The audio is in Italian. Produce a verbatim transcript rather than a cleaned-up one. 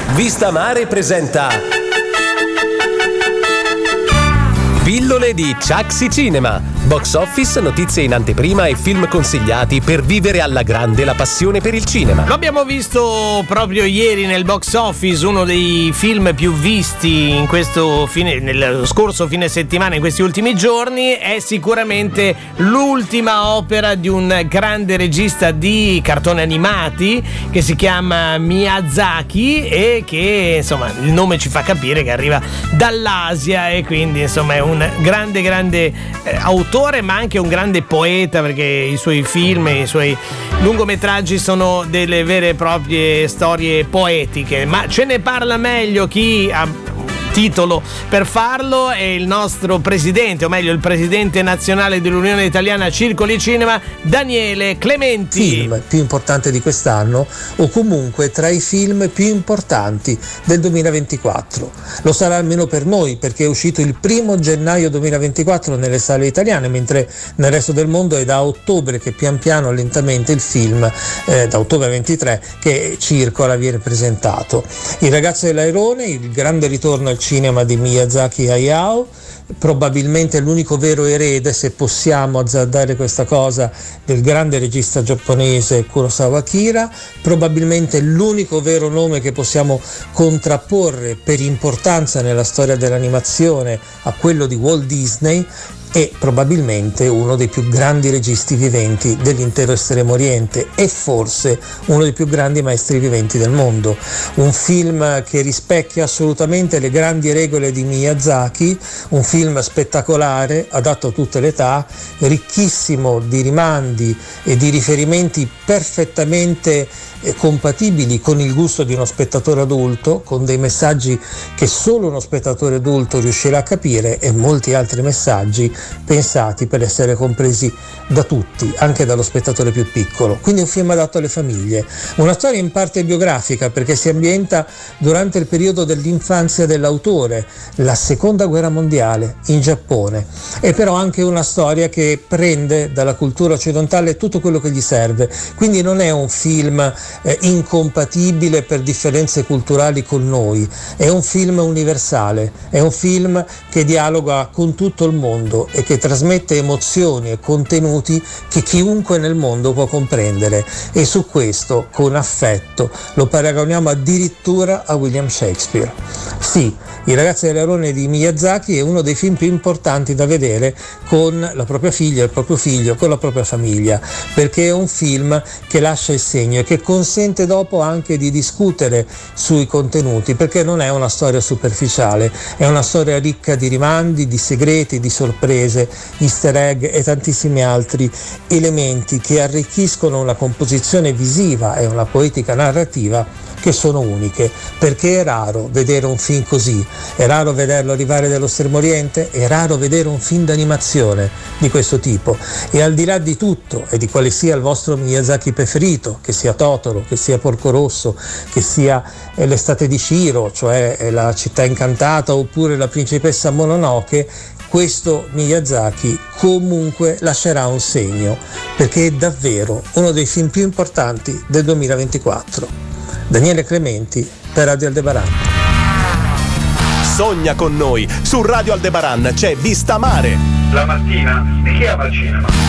Vista Mare presenta Pillole di Ciaxi Cinema. Box office, notizie in anteprima e film consigliati per vivere alla grande la passione per il cinema. Lo abbiamo visto proprio ieri nel box office, uno dei film più visti in questo fine, nello scorso fine settimana, in questi ultimi giorni. È sicuramente l'ultima opera di un grande regista di cartoni animati che si chiama Miyazaki e che, insomma, il nome ci fa capire che arriva dall'Asia e quindi, insomma, è un grande grande eh, autore, ma anche un grande poeta, perché i suoi film e i suoi lungometraggi sono delle vere e proprie storie poetiche. Ma ce ne parla meglio chi ha titolo per farlo, è il nostro presidente, o meglio il presidente nazionale dell'Unione Italiana Circoli Cinema, Daniele Clementi. Film più importante di quest'anno, o comunque tra i film più importanti del duemilaventiquattro. Lo sarà almeno per noi, perché è uscito il primo gennaio duemilaventiquattro nelle sale italiane, mentre nel resto del mondo è da ottobre che pian piano lentamente il film, eh, da ottobre ventitré, che circola, viene presentato. Il ragazzo dell'airone, il grande ritorno al cinema di Miyazaki Hayao, probabilmente l'unico vero erede, se possiamo azzardare questa cosa, del grande regista giapponese Kurosawa Akira, probabilmente l'unico vero nome che possiamo contrapporre per importanza nella storia dell'animazione a quello di Walt Disney, e probabilmente uno dei più grandi registi viventi dell'intero Estremo Oriente e forse uno dei più grandi maestri viventi del mondo. Un film che rispecchia assolutamente le grandi regole di Miyazaki, un film spettacolare, adatto a tutte le età, ricchissimo di rimandi e di riferimenti perfettamente compatibili con il gusto di uno spettatore adulto, con dei messaggi che solo uno spettatore adulto riuscirà a capire e molti altri messaggi pensati per essere compresi da tutti, anche dallo spettatore più piccolo. Quindi un film adatto alle famiglie, una storia in parte biografica perché si ambienta durante il periodo dell'infanzia dell'autore, la seconda guerra mondiale in Giappone, e però anche una storia che prende dalla cultura occidentale tutto quello che gli serve, quindi non è un film Eh, incompatibile per differenze culturali con noi, è un film universale, è un film che dialoga con tutto il mondo e che trasmette emozioni e contenuti che chiunque nel mondo può comprendere, e su questo con affetto lo paragoniamo addirittura a William Shakespeare. Sì, Il ragazzo dell'airone di Miyazaki è uno dei film più importanti da vedere con la propria figlia, il proprio figlio, con la propria famiglia, perché è un film che lascia il segno e che consente dopo anche di discutere sui contenuti, perché non è una storia superficiale, è una storia ricca di rimandi, di segreti, di sorprese, easter egg e tantissimi altri elementi che arricchiscono una composizione visiva e una poetica narrativa che sono uniche, perché è raro vedere un film così, è raro vederlo arrivare dallo Estremo Oriente, è raro vedere un film d'animazione di questo tipo, e al di là di tutto e di quale sia il vostro Miyazaki preferito, che sia Totoro, che sia Porco Rosso, che sia L'estate di Shiro, cioè La città incantata, oppure La principessa Mononoke, questo Miyazaki comunque lascerà un segno, perché è davvero uno dei film più importanti del duemilaventiquattro. Daniele Clementi per Radio Aldebaran. Sogna con noi, su Radio Aldebaran c'è Vista Mare. La mattina si chiama cinema.